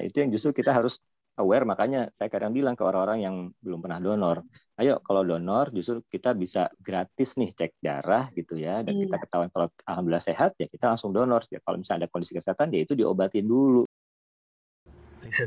itu yang justru kita harus aware. Makanya saya kadang bilang ke orang-orang yang belum pernah donor, ayo kalau donor justru kita bisa gratis nih cek darah gitu ya, dan kita ketahuan kalau alhamdulillah sehat ya kita langsung donor. Ya, kalau misalnya ada kondisi kesehatan ya itu diobatin dulu. Listen.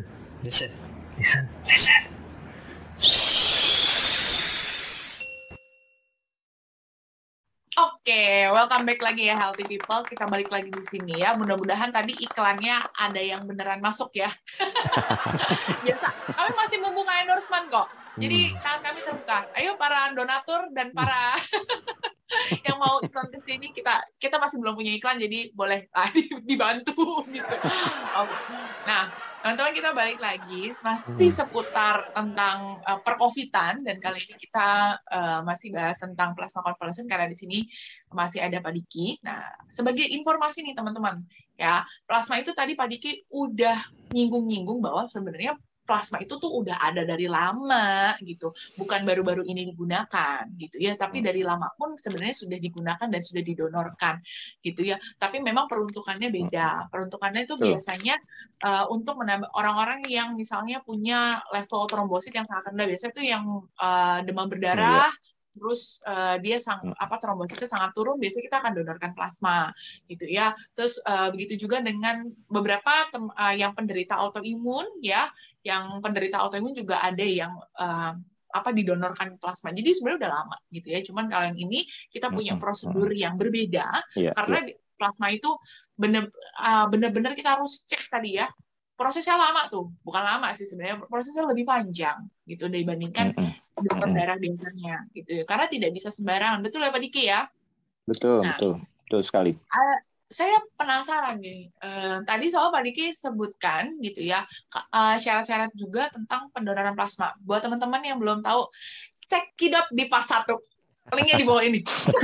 Oke, welcome back lagi ya Healthy People. Kita balik lagi di sini ya. Mudah-mudahan tadi iklannya ada yang beneran masuk ya. Biasa, kami masih membuka endorsement kok. Jadi tangan kami terbuka. Ayo para donatur dan para yang mau iklan ke sini, kita masih belum punya iklan, jadi boleh dibantu gitu. Nah, teman-teman, kita balik lagi masih seputar tentang perkovitan, dan kali ini kita masih bahas tentang plasma convalescent karena di sini masih ada Pak Diki. Nah, sebagai informasi nih teman-teman, ya, plasma itu tadi Pak Diki udah nyinggung-nyinggung bahwa sebenarnya plasma itu tuh udah ada dari lama gitu, bukan baru-baru ini digunakan gitu ya, tapi dari lama pun sebenarnya sudah digunakan dan sudah didonorkan gitu ya. Tapi memang peruntukannya beda. Peruntukannya itu biasanya untuk menambah orang-orang yang misalnya punya level trombosit yang sangat rendah, biasanya itu yang demam berdarah, terus dia trombositnya sangat turun, biasanya kita akan donorkan plasma gitu ya. Terus begitu juga dengan beberapa yang penderita autoimun ya, yang penderita autoimun juga ada yang didonorkan plasma. Jadi sebenarnya udah lama gitu ya. Cuman kalau yang ini kita punya prosedur yang berbeda karena plasma itu benar-benar kita harus cek tadi ya. Prosesnya lama tuh, bukan lama sih sebenarnya, prosesnya lebih panjang gitu dibandingkan donor darah biasanya gitu ya. Karena tidak bisa sembarangan. Betul ya Pak Diki ya? Betul sekali. Saya penasaran nih, tadi soal Pak Diki sebutkan gitu ya, syarat-syarat juga tentang pendonoran plasma. Buat teman-teman yang belum tahu, cek kidot di part 1. Linknya di bawah ini.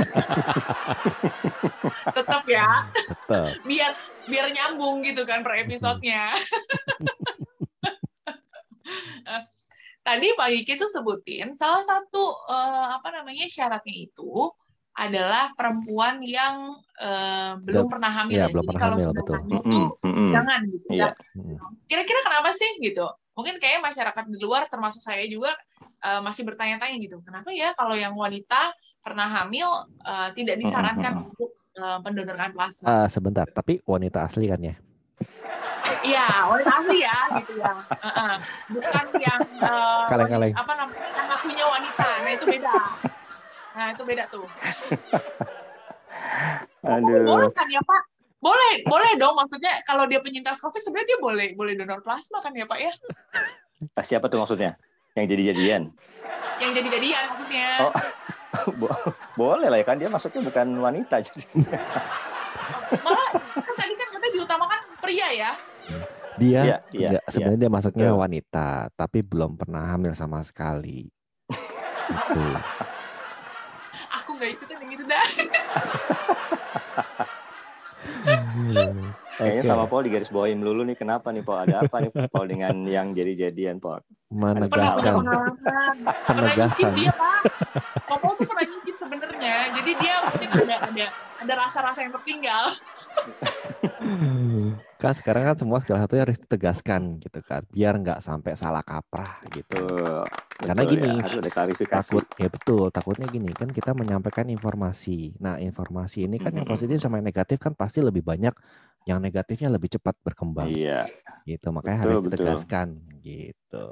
Tetap ya. Tetap. Biar nyambung gitu kan per episodenya. Tadi Pak Diki tuh sebutin salah satu syaratnya itu adalah perempuan yang belum pernah hamil. Ya, ya. belum Jadi pernah kalau hamil, sudah betul. hamil tuh jangan gitu ya. Kira-kira kenapa sih gitu? Mungkin kayak masyarakat di luar termasuk saya juga masih bertanya-tanya gitu. Kenapa ya kalau yang wanita pernah hamil tidak disarankan untuk pendonoran plasma? Sebentar, tapi wanita asli kan ya? Iya, wanita asli ya gitu ya. Bukan yang Kaleng-kaleng. yang ngakunya wanita. Nah, itu beda tuh. Boleh kan ya Pak? Boleh dong. Maksudnya kalau dia penyintas COVID sebenarnya dia boleh donor plasma kan ya Pak ya? Siapa tuh maksudnya? Yang jadi-jadian? Yang jadi-jadian maksudnya. Oh, boleh lah ya kan, dia maksudnya bukan wanita. Malah kan tadi kan katanya diutamakan pria ya. Dia sebenarnya dia masuknya wanita, tapi belum pernah hamil sama sekali. Gitu. Aku nggak ikutin yang itu dah. Kayaknya sama Paul digaris bawain dulu nih, kenapa nih Paul? Ada apa nih Paul dengan yang jadi-jadian Paul? Menegaskan. Pernah nyicip dia Pak. Paul tuh pernah nyicip sebenarnya. Jadi dia mungkin ada rasa-rasa yang tertinggal. Kan sekarang kan semua segala satunya harus ditegaskan gitu kan, biar nggak sampai salah kaprah gitu. Karena gini, harus ada klarifikasi. Takutnya gini kan, kita menyampaikan informasi. Nah, informasi ini kan yang positif sama yang negatif kan pasti lebih banyak, yang negatifnya lebih cepat berkembang. Iya. Gitu, makanya harus ditegaskan gitu.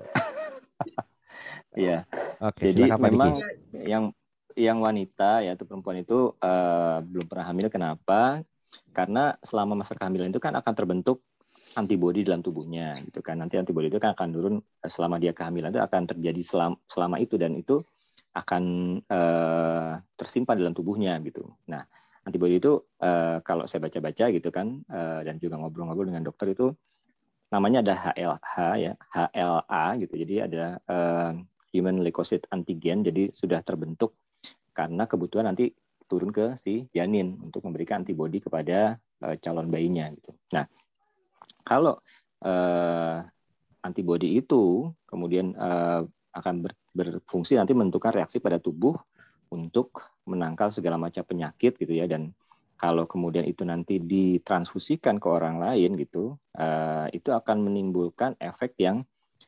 Iya. Oke, jadi silakan, memang yang wanita ya, atau perempuan itu belum pernah hamil, kenapa? Karena selama masa kehamilan itu kan akan terbentuk antibodi dalam tubuhnya gitu kan. Nanti antibodi itu kan akan turun selama dia kehamilan, itu akan terjadi selama itu, dan itu akan tersimpan dalam tubuhnya gitu. Nah, antibodi itu kalau saya baca-baca gitu kan, dan juga ngobrol-ngobrol dengan dokter, itu namanya ada HLA gitu. Jadi ada human leukocyte antigen, jadi sudah terbentuk karena kebutuhan nanti turun ke si janin untuk memberikan antibodi kepada calon bayinya gitu. Nah, kalau antibodi itu kemudian akan berfungsi nanti menentukan reaksi pada tubuh untuk menangkal segala macam penyakit gitu ya, dan kalau kemudian itu nanti ditransfusikan ke orang lain gitu, itu akan menimbulkan efek yang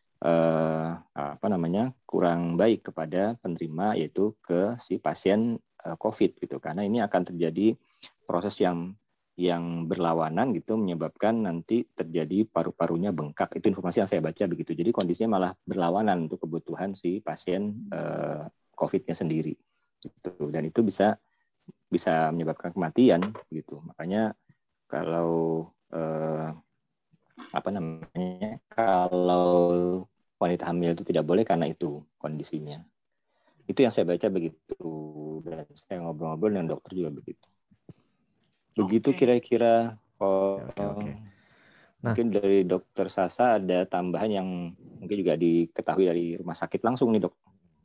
kurang baik kepada penerima, yaitu ke si pasien COVID gitu, karena ini akan terjadi proses yang berlawanan gitu, menyebabkan nanti terjadi paru-parunya bengkak. Itu informasi yang saya baca begitu. Jadi kondisinya malah berlawanan untuk kebutuhan si pasien COVID-nya sendiri gitu. Dan itu bisa menyebabkan kematian gitu. Makanya kalau kalau wanita hamil itu tidak boleh karena itu kondisinya. Itu yang saya baca begitu, dan saya ngobrol-ngobrol dengan dokter juga begitu. Begitu kira-kira. Oke. Nah, mungkin dari Dokter Sasa ada tambahan yang mungkin juga diketahui dari rumah sakit langsung nih, Dok.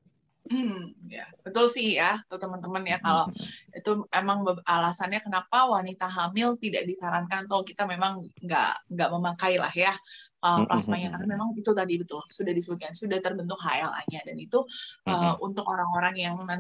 Ya, betul sih ya, tuh teman-teman ya, kalau itu emang alasannya kenapa wanita hamil tidak disarankan atau kita memang nggak memakai lah ya plasmanya, karena memang itu tadi betul sudah disebutkan, sudah terbentuk HLA-nya, dan itu untuk orang-orang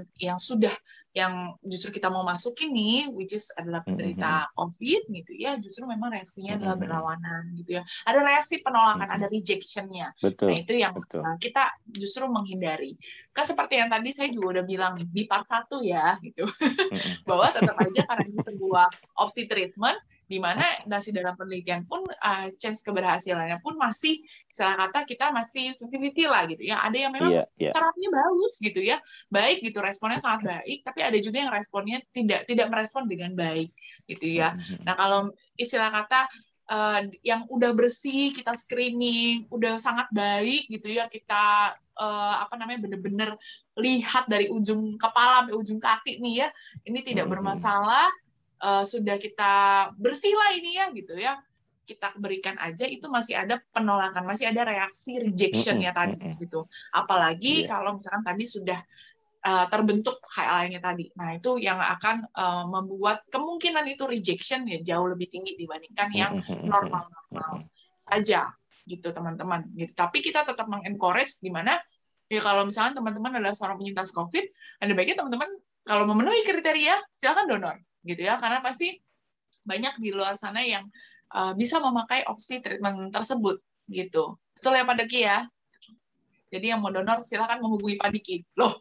yang justru kita mau masukin nih, which is adalah penderita COVID gitu ya, justru memang reaksinya adalah berlawanan gitu ya, ada reaksi penolakan, ada rejection-nya. Nah itu yang kita justru menghindari. Kan seperti yang tadi saya juga udah bilang nih, di part 1 ya gitu, bahwa tetap aja karena ini sebuah opsi treatment, di mana masih dalam penelitian pun chance keberhasilannya pun masih, istilah kata kita masih 50-50 lah gitu ya. Ada yang memang terapinya bagus gitu ya, baik gitu, responnya sangat baik, tapi ada juga yang responnya tidak merespon dengan baik gitu ya. Nah kalau istilah kata yang udah bersih, kita screening, udah sangat baik gitu ya, kita bener-bener lihat dari ujung kepala sampai ujung kaki nih ya, ini tidak bermasalah, sudah kita bersih lah ini ya gitu ya, kita berikan aja, itu masih ada penolakan, masih ada reaksi rejection-nya tadi gitu. Apalagi kalau misalkan tadi sudah terbentuk HLA-nya tadi. Nah, itu yang akan membuat kemungkinan itu rejection ya jauh lebih tinggi dibandingkan yang normal-normal saja gitu, teman-teman. Gitu. Tapi kita tetap mengencourage gimana ya, kalau misalnya teman-teman adalah seorang penyintas COVID, ada baiknya teman-teman kalau memenuhi kriteria silakan donor gitu ya, karena pasti banyak di luar sana yang bisa memakai opsi treatment tersebut gitu. Betul ya Pak Deki ya? Jadi yang mau donor silakan menghubungi Pak Diki. Loh.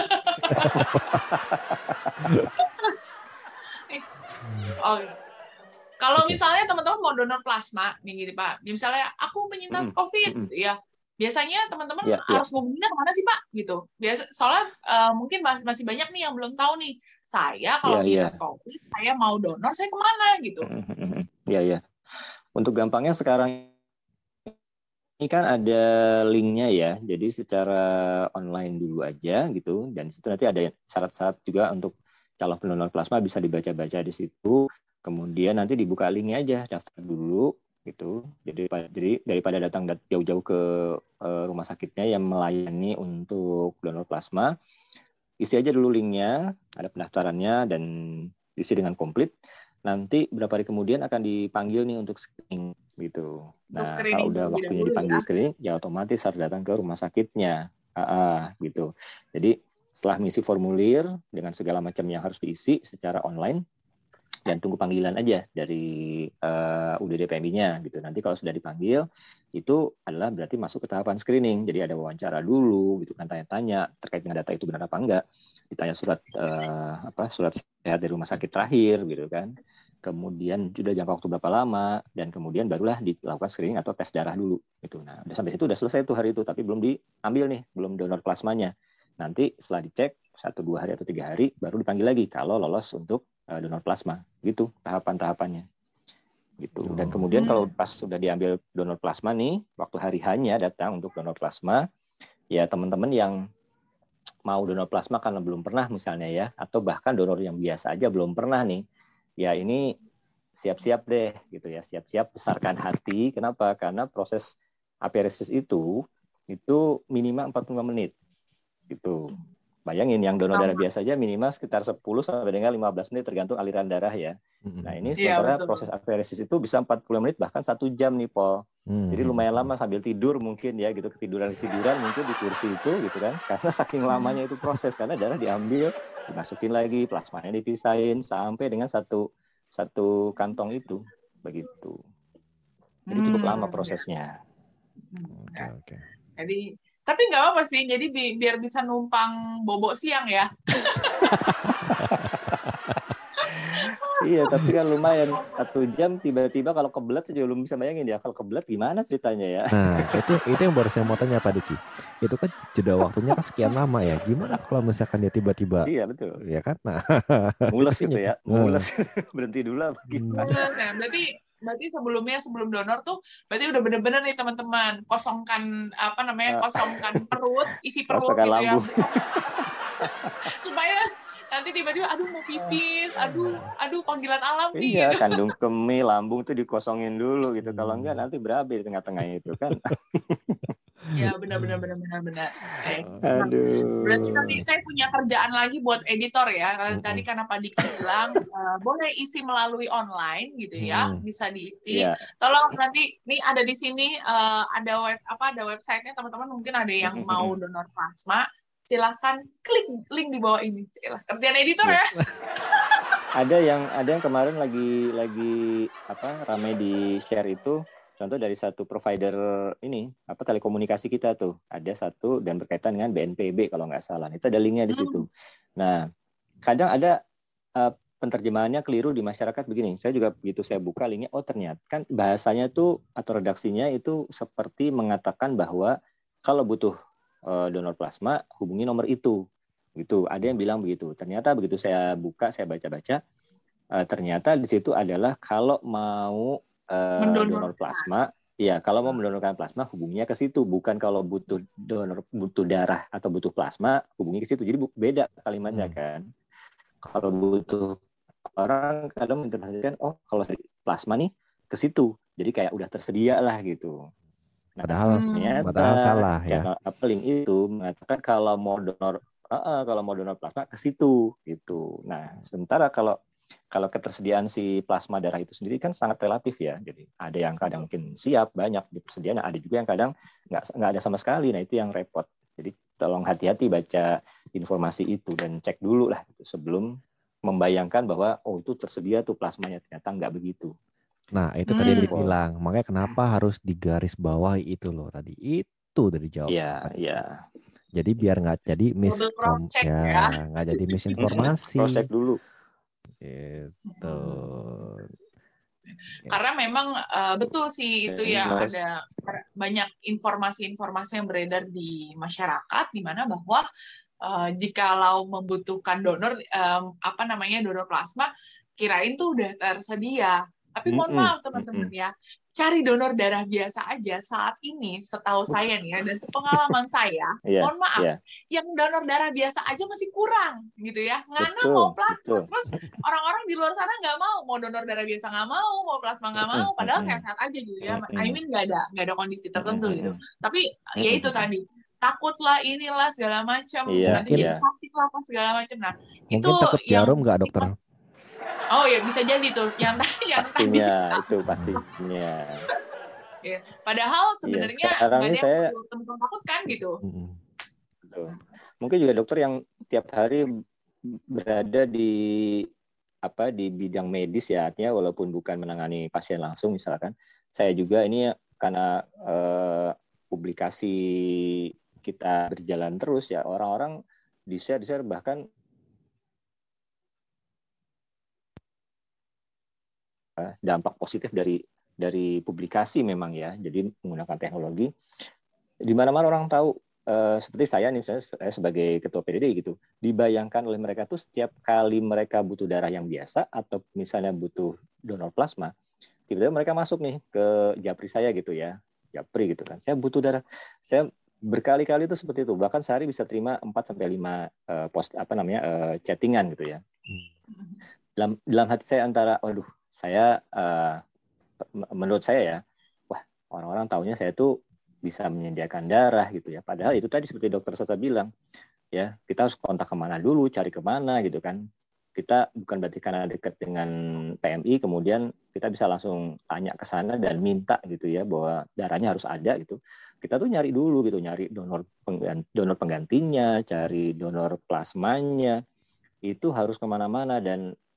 Oke. Kalau misalnya teman-teman mau donor plasma nih gitu Pak. Misalnya aku penyintas COVID gitu ya. Biasanya teman-teman harus ngomongnya kemana sih Pak gitu. Soalnya mungkin masih banyak nih yang belum tahu nih. Saya kalau penyintas COVID, saya mau donor, saya kemana gitu. Iya. Untuk gampangnya sekarang ini kan ada linknya ya, jadi secara online dulu aja gitu, dan situ nanti ada syarat-syarat juga untuk calon pendonor plasma, bisa dibaca-baca di situ. Kemudian nanti dibuka linknya aja, daftar dulu gitu. Jadi daripada datang jauh-jauh ke rumah sakitnya yang melayani untuk donor plasma, isi aja dulu linknya, ada pendaftarannya dan isi dengan komplit. Nanti beberapa hari kemudian akan dipanggil nih untuk screening gitu. Nah, kalau udah waktunya dipanggil screening, ya otomatis harus datang ke rumah sakitnya, gitu. Jadi setelah mengisi formulir dengan segala macam yang harus diisi secara online, dan tunggu panggilan aja dari UDD PMI-nya gitu. Nanti kalau sudah dipanggil, itu adalah berarti masuk ke tahapan screening. Jadi ada wawancara dulu, gitu kan, tanya-tanya terkait dengan data itu benar apa enggak. Ditanya surat sehat dari rumah sakit terakhir, gitu kan. Kemudian sudah jangka waktu berapa lama, dan kemudian barulah dilakukan screening atau tes darah dulu. Gitu. Nah, udah sampai situ udah selesai tuh hari itu, tapi belum diambil nih, belum donor plasmanya. Nanti setelah dicek 1-2 hari atau 3 hari baru dipanggil lagi kalau lolos untuk donor plasma. Gitu tahapan-tahapannya. Gitu. Dan kemudian kalau pas sudah diambil donor plasma nih, waktu hari hanya datang untuk donor plasma, ya teman-teman yang mau donor plasma karena belum pernah misalnya ya, atau bahkan donor yang biasa aja belum pernah nih, ya ini siap-siap deh gitu ya, siap-siap besarkan hati. Kenapa? Karena proses aferesis itu minimal 45 menit gitu. Bayangin yang donor darah biasa aja minimal sekitar 10 sampai dengan 15 menit tergantung aliran darah ya. Nah ini sementara proses aferesis itu bisa 40 menit bahkan 1 jam nih Paul. Jadi lumayan lama sambil tidur mungkin ya gitu, ketiduran mungkin di kursi itu gitu kan. Karena saking lamanya itu proses, karena darah diambil, dimasukin lagi, plasmanya dipisahin sampai dengan 1 satu kantong itu, begitu. Jadi cukup lama prosesnya. Oke. Jadi, tapi nggak apa sih. Jadi biar bisa numpang bobo siang ya. Iya, tapi kan lumayan 1 jam tiba-tiba kalau kebelet juga belum bisa bayangin ya. Kalau kebelet gimana ceritanya ya? Nah, itu yang baru saya mau tanya Pak Diki. Itu kan jeda waktunya kan sekian lama ya. Gimana kalau misalkan dia tiba-tiba? Iya betul. Ya kan? Nah, mules gitu ya. Mules. Berhenti dulu apa gimana? Nah, berarti sebelum donor tuh berarti udah bener-bener nih teman-teman kosongkan kosongkan perut, isi perut kosongkan gitu lambung. ya. Supaya nanti tiba-tiba aduh mau pipis, aduh panggilan alam nih. Iya, gitu. kandung kemih, lambung tuh dikosongin dulu gitu. Kalau enggak nanti berabe di tengah-tengahnya itu kan. Ya benar. Aduh. Berarti nanti saya punya kerjaan lagi buat editor ya. Tadi karena Pak Diki bilang boleh isi melalui online gitu ya, bisa diisi. Yeah. Tolong nanti nih ada di sini ada websitenya teman-teman, mungkin ada yang mau donor plasma. Silahkan klik link di bawah ini. Kerjaan editor ya. Ada yang kemarin lagi ramai di share itu, contoh dari satu provider ini telekomunikasi kita tuh, ada satu dan berkaitan dengan BNPB kalau nggak salah. Itu ada linknya di situ. Nah, kadang ada penerjemahannya keliru di masyarakat begini. Saya juga begitu saya buka linknya, oh ternyata kan bahasanya tuh atau redaksinya itu seperti mengatakan bahwa kalau butuh donor plasma hubungi nomor itu. Gitu. Ada yang bilang begitu. Ternyata begitu saya buka, saya baca-baca, ternyata di situ adalah kalau mau donor plasma, ya kalau mau mendonorkan plasma hubunginya ke situ, bukan kalau butuh darah atau butuh plasma hubungi ke situ. Jadi beda kalimatnya kan. Kalau butuh orang kadang menginterpretasikan, oh kalau plasma nih ke situ. Jadi kayak udah tersedia lah gitu. Nah, padahal salah ya. Channel link itu mengatakan kalau mau donor plasma ke situ gitu. Nah, sementara kalau ketersediaan si plasma darah itu sendiri kan sangat relatif ya. Jadi ada yang kadang mungkin siap banyak di persediaan, ada juga yang kadang nggak ada sama sekali. Nah, itu yang repot. Jadi tolong hati-hati baca informasi itu dan cek dulu lah gitu, sebelum membayangkan bahwa oh itu tersedia tuh plasmanya, ternyata nggak begitu. Nah, itu tadi dibilang. Makanya kenapa harus digaris bawah itu loh tadi. Itu dari jawab. Iya. Jadi biar nggak jadi nggak jadi misinformasi. Cross check dulu. Gitu. Karena memang betul sih itu ya, ada banyak informasi-informasi yang beredar di masyarakat di mana bahwa jikalau membutuhkan donor donor plasma, kirain tuh udah tersedia. Tapi mohon maaf teman-teman ya, cari donor darah biasa aja saat ini, setahu saya nih ya, dan sepengalaman saya, mohon maaf, yang donor darah biasa aja masih kurang gitu ya. Ngana mau plasma, terus orang-orang di luar sana nggak mau donor darah biasa nggak mau plasma nggak mau, padahal sehat aja gitu ya. I mean nggak ada kondisi tertentu gitu. Tapi ya itu tadi, takutlah inilah segala macam, nanti jadi sakit lah apa segala macam. Nah, mungkin itu takut jarum nggak dokter? Oh ya bisa jadi tuh yang pastinya tadi. Itu pastinya. Ya, padahal sebenarnya nggak ada yang teman-teman takutkan gitu. Betul. Mungkin juga dokter yang tiap hari berada di bidang medis ya, artinya walaupun bukan menangani pasien langsung misalkan, saya juga ini karena publikasi kita berjalan terus ya, orang-orang di share bahkan dampak positif dari publikasi memang ya. Jadi menggunakan teknologi, di mana-mana orang tahu. Seperti saya nih, saya sebagai ketua PDD gitu, dibayangkan oleh mereka tuh setiap kali mereka butuh darah yang biasa atau misalnya butuh donor plasma, tiba-tiba mereka masuk nih ke Japri saya gitu ya, Japri gitu kan, saya butuh darah, saya berkali-kali itu seperti itu, bahkan sehari bisa terima 4-5 chattingan gitu ya. Dalam hati saya antara, waduh, saya menurut saya ya, wah orang-orang taunya saya tuh bisa menyediakan darah gitu ya. Padahal itu tadi seperti dokter Sota bilang, ya kita harus kontak kemana dulu, cari kemana gitu kan. Kita bukan berarti karena dekat dengan PMI kemudian kita bisa langsung tanya ke sana dan minta gitu ya bahwa darahnya harus ada gitu. Kita tuh nyari dulu gitu, nyari donor penggantinya, cari donor plasmanya, itu harus kemana-mana dan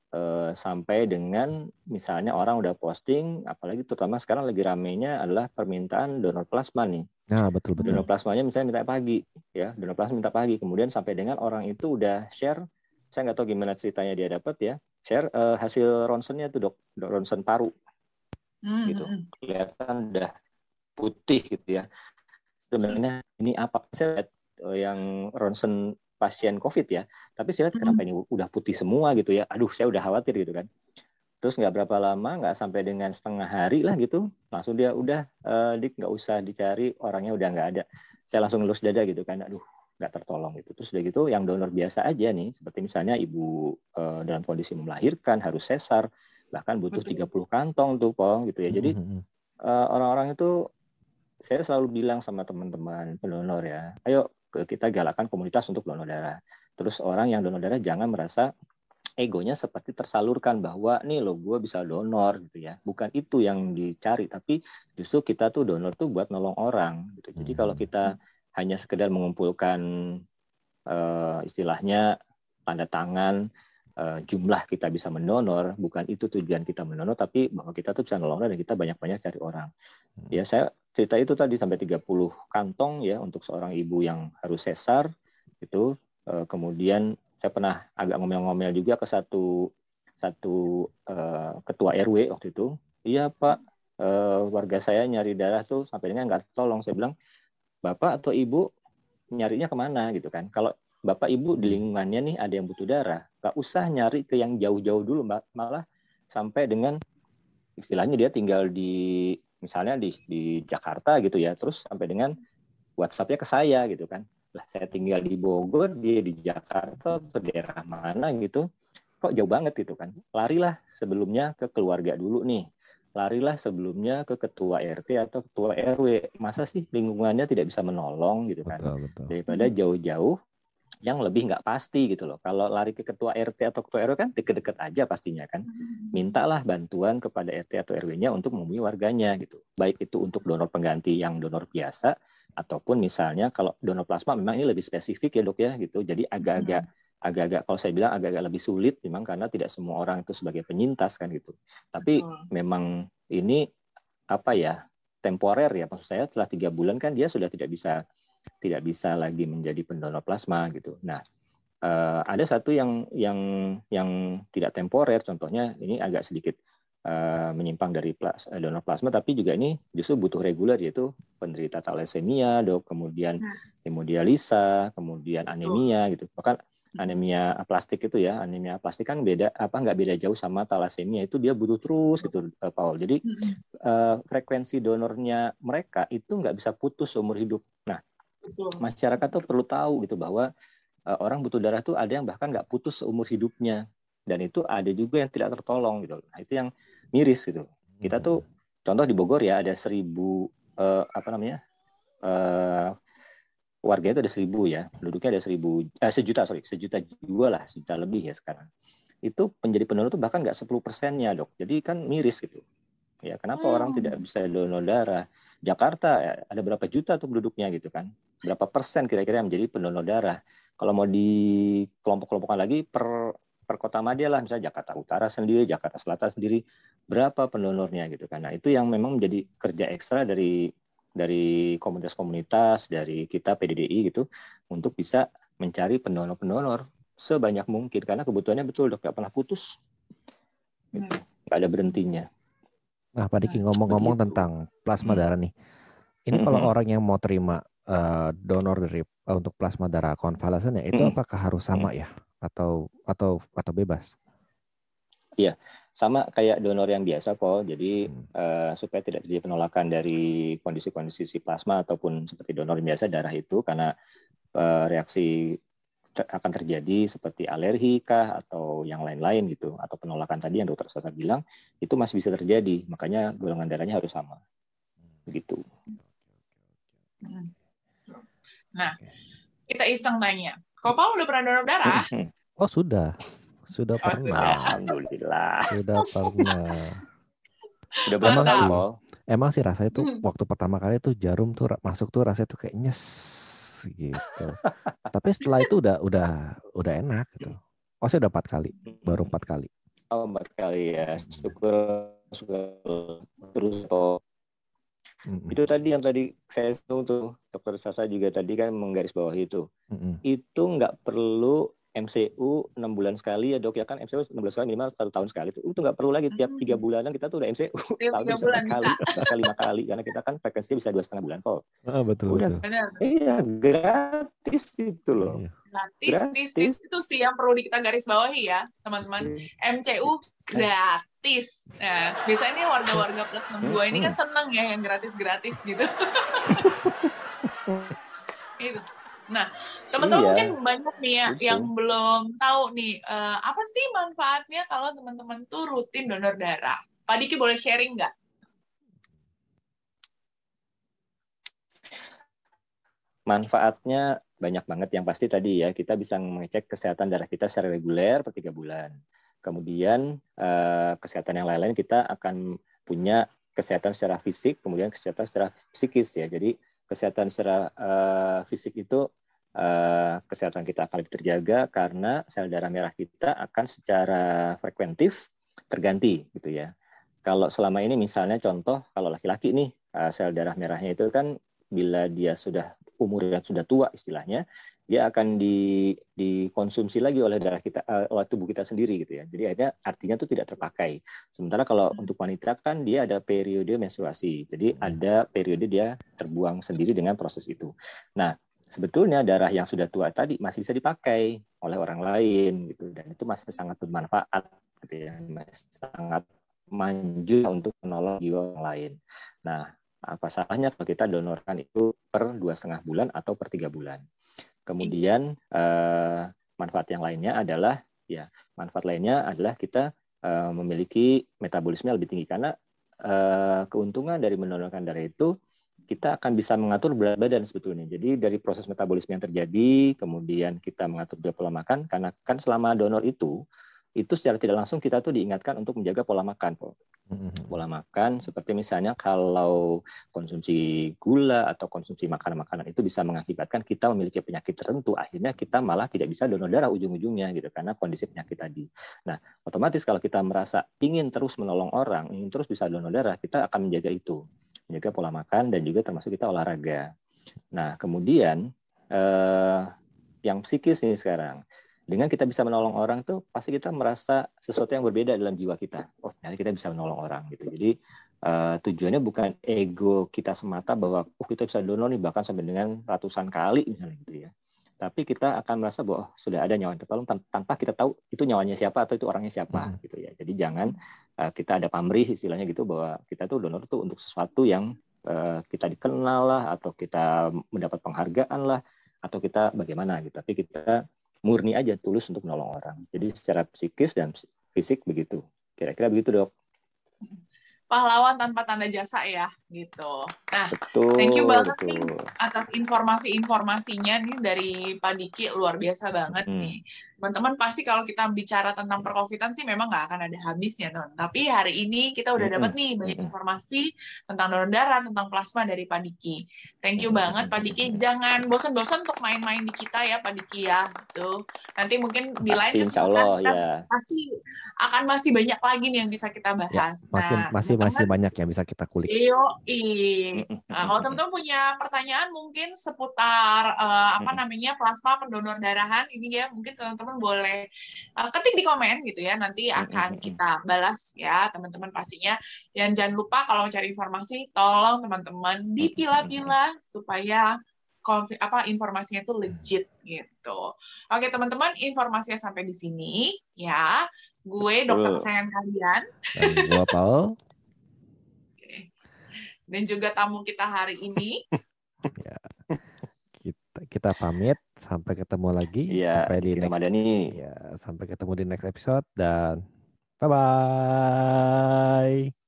sampai dengan misalnya orang udah posting, apalagi terutama sekarang lagi ramenya adalah permintaan donor plasma nih. Nah, betul. Donor plasmanya misalnya minta pagi, ya, donor plasma minta pagi, kemudian sampai dengan orang itu udah share, saya nggak tahu gimana ceritanya dia dapat ya, share hasil ronsennya tuh dok, ronsen paru, gitu, kelihatan udah putih gitu ya. Sebenarnya ini apa? Saya lihat yang ronsen pasien COVID ya, tapi saya lihat kenapa ini udah putih semua gitu ya. Aduh, saya udah khawatir gitu kan. Terus nggak berapa lama, nggak sampai dengan setengah hari lah gitu, langsung dia udah, Dik nggak usah dicari, orangnya udah nggak ada. Saya langsung ngelus dada gitu kan, aduh nggak tertolong gitu. Terus udah gitu yang donor biasa aja nih, seperti misalnya ibu dalam kondisi melahirkan, harus sesar, bahkan butuh 30 kantong tuh Pong gitu ya. Jadi orang-orang itu, saya selalu bilang sama teman-teman pendonor ya, ayo kita galakan komunitas untuk donor darah. Terus orang yang donor darah jangan merasa egonya seperti tersalurkan bahwa nih lo gue bisa donor gitu ya. Bukan itu yang dicari, tapi justru kita tuh donor tuh buat nolong orang gitu. Jadi kalau kita hanya sekedar mengumpulkan istilahnya tanda tangan, jumlah kita bisa mendonor, bukan itu tujuan kita mendonor, tapi bahwa kita tuh bisa nolong dan kita banyak-banyak cari orang. Ya saya cerita itu tadi sampai 30 kantong ya untuk seorang ibu yang harus sesar itu. Kemudian saya pernah agak ngomel-ngomel juga ke satu ketua RW waktu itu. Iya Pak, warga saya nyari darah tuh sampai dengan nggak tolong. Saya bilang, Bapak atau Ibu nyarinya kemana gitu kan? Kalau Bapak Ibu di lingkungannya nih ada yang butuh darah, nggak usah nyari ke yang jauh-jauh dulu, malah sampai dengan istilahnya dia tinggal di misalnya di Jakarta gitu ya, terus sampai dengan WhatsApp-nya ke saya gitu kan. Lah saya tinggal di Bogor, dia di Jakarta atau daerah mana gitu, kok jauh banget gitu kan. Larilah sebelumnya ke keluarga dulu nih, larilah sebelumnya ke ketua RT atau ketua RW. Masa sih lingkungannya tidak bisa menolong gitu kan. Betul. Daripada jauh-jauh yang lebih nggak pasti gitu loh. Kalau lari ke ketua RT atau ketua RW kan deket-deket aja pastinya kan. Mintalah bantuan kepada RT atau RW-nya untuk menghubungi warganya gitu. Baik itu untuk donor pengganti yang donor biasa, ataupun misalnya kalau donor plasma memang ini lebih spesifik ya dok ya gitu. Jadi agak-agak kalau saya bilang agak-agak lebih sulit memang karena tidak semua orang itu sebagai penyintas kan gitu. Tapi memang ini apa ya, temporer ya, maksud saya setelah 3 bulan kan dia sudah tidak bisa lagi menjadi pendonor plasma gitu. Nah, ada satu yang tidak temporer, contohnya ini agak sedikit menyimpang dari donor plasma, tapi juga ini justru butuh reguler, yaitu penderita thalassemia, dok, kemudian hemodialisa, kemudian anemia gitu. Bahkan anemia plastik itu ya, anemia plastik kan nggak beda jauh sama thalassemia, itu dia butuh terus gitu, Paul. Jadi frekuensi donornya mereka itu nggak bisa putus seumur hidup. Nah, masyarakat tuh perlu tahu gitu bahwa orang butuh darah tuh ada yang bahkan nggak putus seumur hidupnya, dan itu ada juga yang tidak tertolong gitu. Nah, itu yang miris gitu. Kita tuh contoh di Bogor ya ada 1.000 warga itu ada 1.000 ya, penduduknya ada 1 juta jiwa lah, 1 juta lebih ya sekarang. Itu menjadi pendonor tuh bahkan nggak 10%-nya dok. Jadi kan miris gitu. Ya, kenapa orang tidak bisa donor darah? Jakarta ya, ada berapa juta tuh penduduknya gitu kan? Berapa persen kira-kira yang menjadi pendonor darah? Kalau mau di kelompok-kelompokkan lagi per kota madya lah, misalnya Jakarta Utara sendiri, Jakarta Selatan sendiri, berapa pendonornya gitu kan? Nah, itu yang memang menjadi kerja ekstra dari komunitas-komunitas, dari kita PDDI gitu, untuk bisa mencari pendonor-pendonor sebanyak mungkin, karena kebutuhannya betul dok, nggak pernah putus, gitu. Nggak ada berhentinya. Nah, Pak Diki ngomong-ngomong tentang plasma darah nih. Ini kalau orang yang mau terima donor dari untuk plasma darah konvalesen ya, itu apakah harus sama ya atau bebas? Iya, sama kayak donor yang biasa kok. Jadi supaya tidak terjadi penolakan dari kondisi-kondisi si plasma ataupun seperti donor biasa darah itu, karena reaksi akan terjadi seperti alergi kah atau yang lain-lain gitu, atau penolakan tadi yang dokter Sasa bilang itu masih bisa terjadi, makanya golongan darahnya harus sama begitu. Nah, kita iseng tanya, kok Paul udah pernah donor darah? Oh sudah pernah. Alhamdulillah. Sudah pernah. Sudah berapa kali Paul? Emang sih rasanya tuh waktu pertama kali tuh jarum tuh masuk tuh rasanya tuh kayak nyes gitu. Tapi setelah itu udah enak gitu. Oh, saya udah 4 kali, baru 4 kali. Oh, 4 kali ya. Syukur terus itu tadi yang tadi saya tuh Dokter Sasa juga tadi kan menggarisbawahi itu. Itu nggak perlu MCU 6 bulan sekali ya Dok ya, kan MCU 6 bulan sekali minimal 1 tahun sekali itu nggak perlu lagi tiap 3 bulanan kita tuh udah MCU setahun bisa 4 kali bahkan 5 kali karena kita kan frekuensinya bisa 2,5 bulan kok. Betul. Iya gratis itu loh. Gratis itu sih yang perlu kita garis bawahi ya teman-teman. MCU gratis. Nah, biasanya warga-warga plus 62 ini kan senang ya yang gratis-gratis gitu. Gitu. Nah, teman-teman mungkin banyak nih ya yang belum tahu nih apa sih manfaatnya kalau teman-teman tuh rutin donor darah. Pak Diki boleh sharing nggak? Manfaatnya banyak banget. Yang pasti tadi ya kita bisa mengecek kesehatan darah kita secara reguler per 3 bulan. Kemudian kesehatan yang lain-lain kita akan punya kesehatan secara fisik, kemudian kesehatan secara psikis ya. Jadi kesehatan secara fisik itu kesehatan kita akan lebih terjaga karena sel darah merah kita akan secara frekuentif terganti gitu ya. Kalau selama ini misalnya contoh kalau laki-laki nih sel darah merahnya itu kan bila dia sudah umur yang sudah tua istilahnya, dia akan dikonsumsi lagi oleh darah kita, oleh tubuh kita sendiri gitu ya. Jadi artinya itu tidak terpakai. Sementara kalau untuk wanita kan dia ada periode menstruasi. Jadi ada periode dia terbuang sendiri dengan proses itu. Nah, sebetulnya darah yang sudah tua tadi masih bisa dipakai oleh orang lain gitu, dan itu masih sangat bermanfaat gitu ya, masih sangat manjur untuk menolong jiwa orang lain. Nah, apa salahnya kalau kita donorkan itu per 2,5 bulan atau per 3 bulan. Kemudian manfaat lainnya adalah kita memiliki metabolisme yang lebih tinggi karena keuntungan dari mendonorkan darah itu kita akan bisa mengatur berat badan sebetulnya. Jadi dari proses metabolisme yang terjadi, kemudian kita mengatur juga pola makan, karena kan selama donor itu secara tidak langsung kita tuh diingatkan untuk menjaga pola makan. Pola makan seperti misalnya kalau konsumsi gula atau konsumsi makanan-makanan itu bisa mengakibatkan kita memiliki penyakit tertentu, akhirnya kita malah tidak bisa donor darah ujung-ujungnya gitu karena kondisi penyakit tadi. Nah, otomatis kalau kita merasa ingin terus menolong orang, ingin terus bisa donor darah, kita akan menjaga itu. Menjaga pola makan dan juga termasuk kita olahraga. Nah, kemudian yang psikis nih sekarang. Dengan kita bisa menolong orang tuh pasti kita merasa sesuatu yang berbeda dalam jiwa kita. Oh, ternyata kita bisa menolong orang gitu. Jadi tujuannya bukan ego kita semata bahwa kita bisa donor nih bahkan sampai dengan ratusan kali misalnya gitu ya. Tapi kita akan merasa bahwa sudah ada nyawa yang tertolong tanpa kita tahu itu nyawanya siapa atau itu orangnya siapa gitu ya. Jadi jangan kita ada pamrih istilahnya gitu bahwa kita tuh donor tuh untuk sesuatu yang kita dikenal lah atau kita mendapat penghargaan lah atau kita bagaimana gitu. Tapi kita murni aja tulus untuk menolong orang. Jadi secara psikis dan fisik begitu. Kira-kira begitu, Dok. Pahlawan tanpa tanda jasa ya, gitu. Nah, betul, thank you banget nih atas informasi-informasinya nih dari Pak Diki, luar biasa banget nih. Teman-teman pasti kalau kita bicara tentang perkovitan sih memang nggak akan ada habisnya, teman. Tapi hari ini kita udah dapat nih banyak informasi tentang donor darah, tentang plasma dari Pak Diki. Thank you banget Pak Diki. Jangan bosan-bosan untuk main-main di kita ya Pak Diki ya. Gitu. Nanti mungkin di lain kesempatan kita pasti akan masih banyak lagi nih yang bisa kita bahas. Ya, masih banyak yang bisa kita kulik. Nah, kalau teman-teman punya pertanyaan mungkin seputar plasma pendonor darahan ini ya, mungkin teman-teman boleh ketik di komen gitu ya, nanti akan kita balas ya teman-teman pastinya. Dan jangan lupa kalau mencari informasi tolong teman-teman dipilah-pilah supaya informasinya itu legit gitu. Oke teman-teman, informasinya sampai di sini ya. Gue dokter kesayangan kalian. Dan gue Paul. Dan juga tamu kita hari ini. Ya. Kita pamit sampai ketemu lagi sampai di next sampai ketemu di next episode dan bye bye.